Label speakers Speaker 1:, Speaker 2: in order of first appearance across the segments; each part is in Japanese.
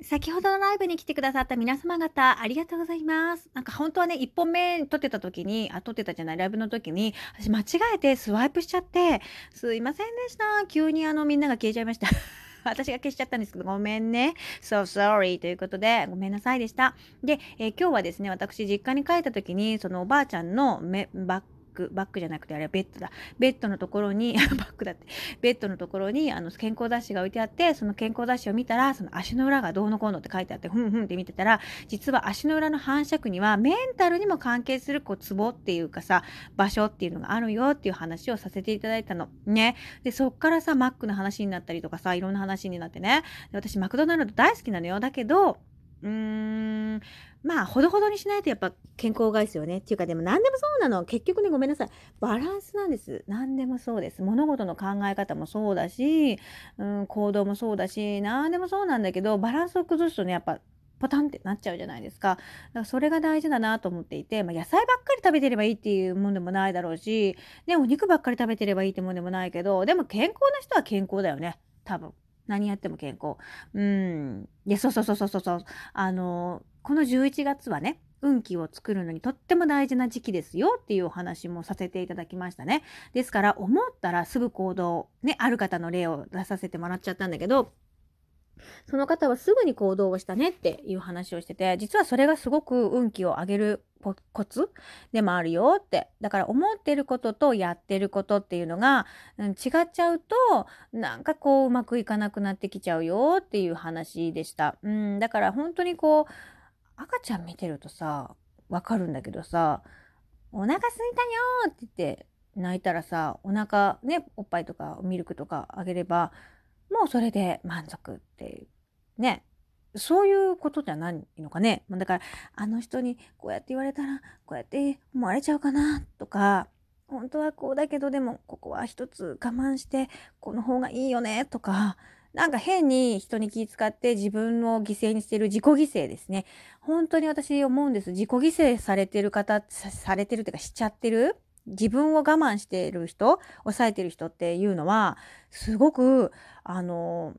Speaker 1: 先ほどのライブに来てくださった皆様方、ありがとうございます。なんか本当はね、1本目撮ってた時に、撮ってたじゃない、ライブの時に、私間違えてスワイプしちゃって、すいませんでした。急にみんなが消えちゃいました。私が消しちゃったんですけど、ごめんね。So sorry ということで、ごめんなさいでした。で、今日はですね、私実家に帰った時に、そのおばあちゃんのバッグじゃなくてあれはベッドだ。ベッドのところに、バッグだって。ベッドのところに健康雑誌が置いてあって、その健康雑誌を見たら、その足の裏がどうのこうのって書いてあって、ふんふんって見てたら、実は足の裏の反射区にはメンタルにも関係するツボっていうかさ、場所っていうのがあるよっていう話をさせていただいたの。ね。で、そっからさ、マックの話になったりとかさ、いろんな話になってね。で、私マクドナルド大好きなのよ。だけど、まあ、ほどほどにしないとやっぱ健康がいいですよね。っていうか、でも何でもそうなの。結局ね、ごめんなさい。バランスなんです。何でもそうです。物事の考え方もそうだし、行動もそうだし、何でもそうなんだけど、バランスを崩すとね、やっぱ、ポタンってなっちゃうじゃないですか。だからそれが大事だなと思っていて、野菜ばっかり食べてればいいっていうもんでもないだろうし、ね、お肉ばっかり食べてればいいってもんでもないけど、でも健康な人は健康だよね。多分。何やっても健康。いや、そうそうそうそうそう。この11月はね、運気を作るのにとっても大事な時期ですよっていうお話もさせていただきましたね。ですから思ったらすぐ行動、ね、ある方の例を出させてもらっちゃったんだけど、その方はすぐに行動をしたねっていう話をしてて、実はそれがすごく運気を上げるコツでもあるよって。だから思ってることとやってることっていうのが、違っちゃうと、なんかうまくいかなくなってきちゃうよっていう話でした。だから本当に赤ちゃん見てるとさ、わかるんだけどさ、お腹すいたよーって言って泣いたらさ、お腹ね、おっぱいとかミルクとかあげれば、もうそれで満足っていう。ね。そういうことじゃないのかね。だから、あの人にこうやって言われたら、こうやって思われちゃうかなとか、本当はこうだけど、でもここは一つ我慢して、この方がいいよねとか、なんか変に人に気遣って自分を犠牲にしてる自己犠牲ですね。本当に私思うんです。自己犠牲されてる方、されてるっていうかしちゃってる自分を我慢している人、抑えてる人っていうのは、すごく、あの、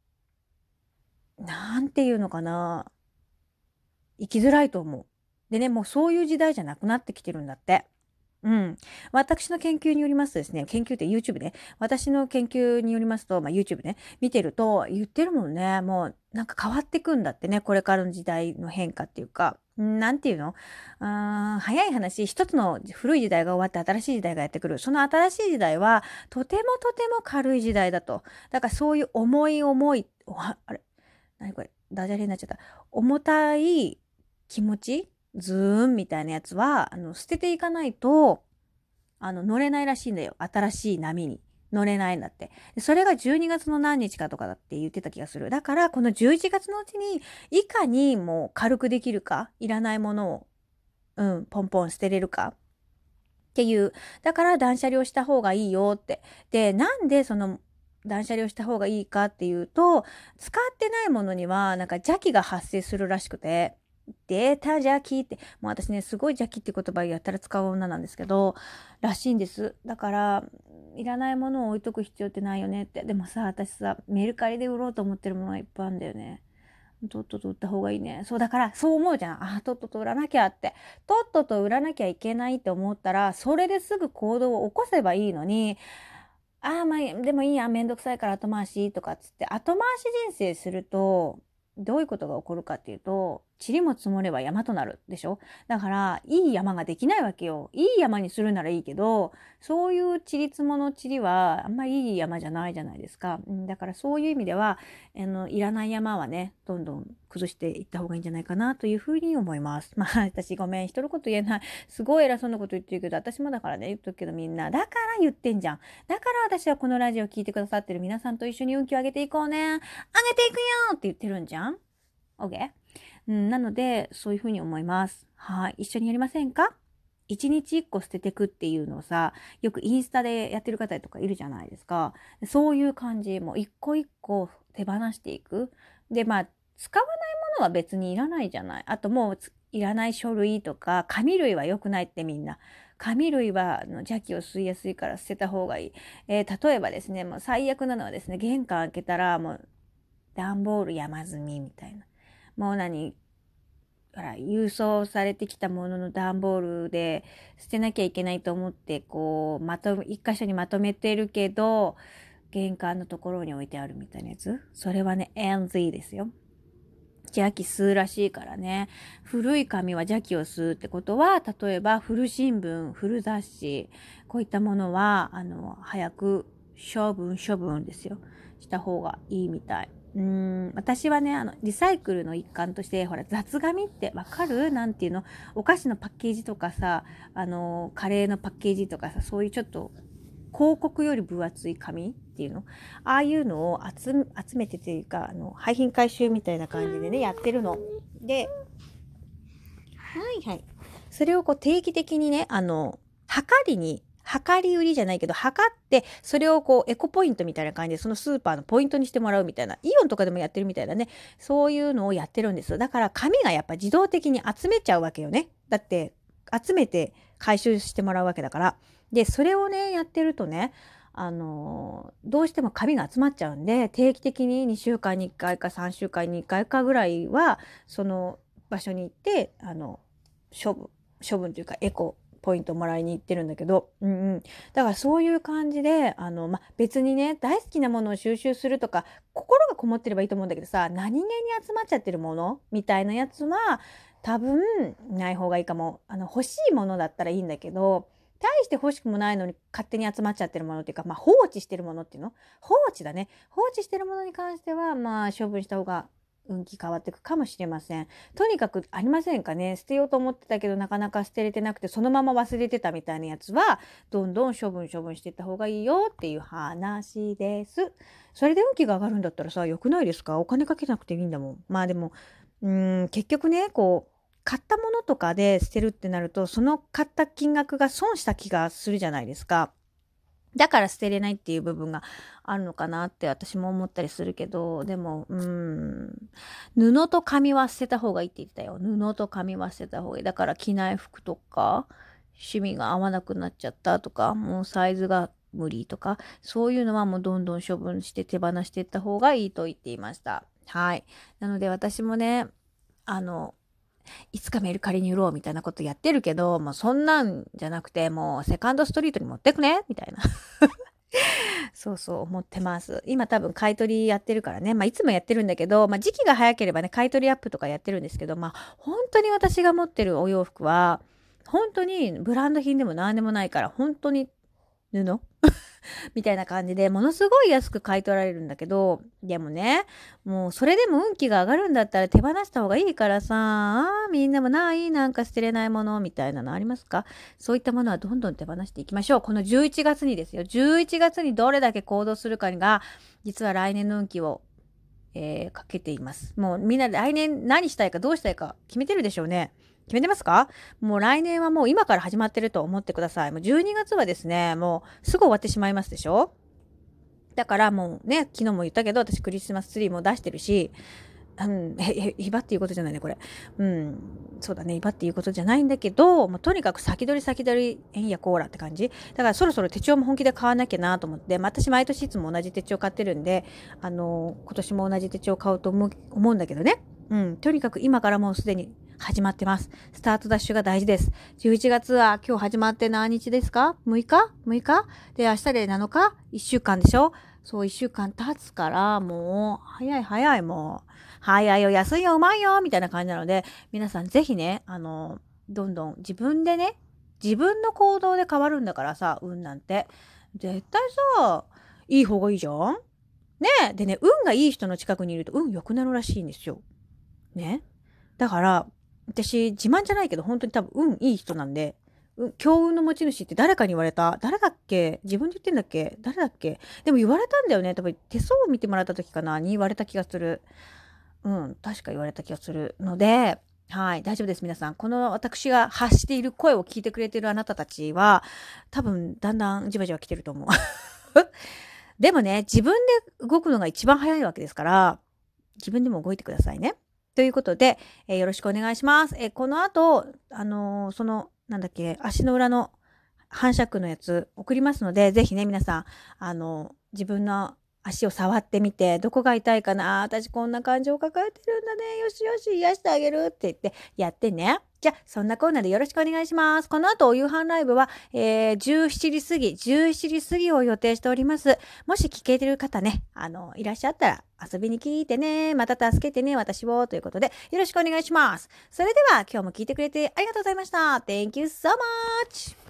Speaker 1: なんていうのかな、生きづらいと思う。でね、もうそういう時代じゃなくなってきてるんだって。私の研究によりますとですね、研究って YouTube ね、私の研究によりますと、YouTube ね、見てると言ってるもんね、もうなんか変わってくんだってね、これからの時代の変化っていうか、なんていうの早い話、一つの古い時代が終わって新しい時代がやってくる。その新しい時代は、とてもとても軽い時代だと。だからそういうあれ、何これ、ダジャレになっちゃった。重たい気持ちズーンみたいなやつは、捨てていかないと、乗れないらしいんだよ。新しい波に。乗れないんだって。それが12月の何日かとかだって言ってた気がする。だから、この11月のうちに、いかにもう軽くできるか、いらないものを、ポンポン捨てれるかっていう。だから断捨離をした方がいいよって。で、なんでその断捨離をした方がいいかっていうと、使ってないものにはなんか邪気が発生するらしくて、データ邪気って、もう私ね、すごい邪気って言葉やったら使う女なんですけど、らしいんです。だから、いらないものを置いとく必要ってないよねって。でもさ、私さ、メルカリで売ろうと思ってるものがいっぱいあるんだよね。とっとと売った方がいいね。そうだから、そう思うじゃん。とっとと売らなきゃって。とっとと売らなきゃいけないって思ったら、それですぐ行動を起こせばいいのに、でもいいや、めんどくさいから後回しとかっつって、後回し人生すると、どういうことが起こるかっていうと、塵も積もれば山となるでしょ。だから、いい山ができないわけよ。いい山にするならいいけど、そういう塵積もの塵は、あんまりいい山じゃないじゃないですか。だからそういう意味では、いらない山はね、どんどん崩していった方がいいんじゃないかなというふうに思います。私ごめん、人のこと言えない。すごい偉そうなこと言ってるけど、私もだからね、言っとくけどみんな、だから言ってんじゃん。だから私はこのラジオ聞いてくださってる皆さんと一緒に運気を上げていこうね。上げていくよって言ってるんじゃん。OK？なので、そういうふうに思います。はい。一緒にやりませんか？一日一個捨ててくっていうのをさ、よくインスタでやってる方とかいるじゃないですか。そういう感じ、もう一個一個手放していく。で、使わないものは別にいらないじゃない。あともういらない書類とか、紙類は良くないってみんな。紙類は邪気を吸いやすいから捨てた方がいい。例えばですね、もう最悪なのはですね、玄関開けたらもう段ボール山積みみたいな。 もうほら、郵送されてきたものの段ボールで捨てなきゃいけないと思って、こう、一箇所にまとめてるけど、玄関のところに置いてあるみたいなやつ。それはね、NG ですよ。邪気吸うらしいからね。古い紙は邪気を吸うってことは、例えば古新聞、古雑誌、こういったものは、早く処分ですよ。した方がいいみたい。私はね、リサイクルの一環として、ほら、雑紙ってわかる？なんていうの？お菓子のパッケージとかさ、カレーのパッケージとかさ、そういうちょっと、広告より分厚い紙っていうの、ああいうのを集めてというか、廃品回収みたいな感じでね、やってるの。で、はいはい。それをこう定期的にね、量り売りじゃないけど、測って、それをこう、エコポイントみたいな感じで、そのスーパーのポイントにしてもらうみたいな、イオンとかでもやってるみたいなね、そういうのをやってるんですよ。だから、紙がやっぱ自動的に集めちゃうわけよね。だって、集めて回収してもらうわけだから。で、それをね、やってるとね、どうしても紙が集まっちゃうんで、定期的に2週間に1回か3週間に1回かぐらいは、その場所に行って、処分というかエコポイントをもらいに行ってるんだけど、だからそういう感じで、別にね、大好きなものを収集するとか、心がこもってればいいと思うんだけどさ、何気に集まっちゃってるものみたいなやつは、多分、ない方がいいかも。欲しいものだったらいいんだけど、大して欲しくもないのに勝手に集まっちゃってるものっていうか、放置してるものっていうの？放置だね。放置してるものに関しては、処分した方が運気変わっていくかもしれません。とにかくありませんかね。捨てようと思ってたけどなかなか捨てれてなくてそのまま忘れてたみたいなやつはどんどん処分していった方がいいよっていう話です。それで運気が上がるんだったらさ、良くないですか？お金かけなくていいんだもん。でも、結局ね、こう、買ったものとかで捨てるってなると、その買った金額が損した気がするじゃないですか。だから捨てれないっていう部分があるのかなって私も思ったりするけど、でも、布と紙は捨てた方がいいって言ってたよ。布と紙は捨てた方がいい。だから着ない服とか、趣味が合わなくなっちゃったとか、もうサイズが無理とか、そういうのはもうどんどん処分して手放していった方がいいと言っていました。はい。なので私もね、いつかメルカリに売ろうみたいなことやってるけど、もうそんなんじゃなくて、もうセカンドストリートに持ってくねみたいな。そうそう思ってます。今多分買い取りやってるからね。いつもやってるんだけど、時期が早ければね、買い取りアップとかやってるんですけど、本当に私が持ってるお洋服は、本当にブランド品でも何でもないから、本当に布みたいな感じでものすごい安く買い取られるんだけど、でもね、もうそれでも運気が上がるんだったら手放した方がいいからさ、みんなもなんか捨てれないものみたいなのありますか？そういったものはどんどん手放していきましょう。この11月にですよ。11月にどれだけ行動するかが、実は来年の運気を、かけています。もうみんなで来年何したいかどうしたいか決めてるでしょうね。決めてますか？もう来年はもう今から始まってると思ってください。もう12月はですね、もうすぐ終わってしまいますでしょ？だからもうね、昨日も言ったけど、私クリスマスツリーも出してるし、ヒバっていうことじゃないね、これ。そうだね、ヒバっていうことじゃないんだけど、もうとにかく先取り、えんやコーラって感じ。だからそろそろ手帳も本気で買わなきゃなと思って、私毎年いつも同じ手帳買ってるんで、今年も同じ手帳買おうと思うんだけどね。とにかく今からもうすでに始まってます。スタートダッシュが大事です。11月は今日始まって何日ですか？ 6 日 ?6 日で、明日で7日 ?1 週間でしょ？そう、1週間経つから、もう、早い、もう。早いよ、安いよ、うまいよ、みたいな感じなので、皆さんぜひね、どんどん自分でね、自分の行動で変わるんだからさ、運なんて。絶対さ、いい方がいいじゃんね。でね、運がいい人の近くにいると運良くなるらしいんですよ。ね。だから、私、自慢じゃないけど、本当に多分運いい人なんで、強運の持ち主って誰かに言われた？誰だっけ？自分で言ってんだっけ？誰だっけ？でも言われたんだよね。多分手相を見てもらった時かなに言われた気がする。確か言われた気がするので、はい、大丈夫です。皆さん。この私が発している声を聞いてくれているあなたたちは、多分だんだんじわじわ来てると思う。でもね、自分で動くのが一番早いわけですから、自分でも動いてくださいね。ということで、よろしくお願いします。この後、足の裏の反射区のやつ送りますので、ぜひね、皆さん、自分の足を触ってみて、どこが痛いかな、私こんな感情を抱えてるんだね。よしよし、癒してあげるって言ってやってね。じゃあ、そんなコーナーでよろしくお願いします。この後、お夕飯ライブは、17時過ぎ、17時過ぎを予定しております。もし聞けてる方ね、いらっしゃったら遊びに来てね、また助けてね、私を、ということで、よろしくお願いします。それでは、今日も聞いてくれてありがとうございました。Thank you so much!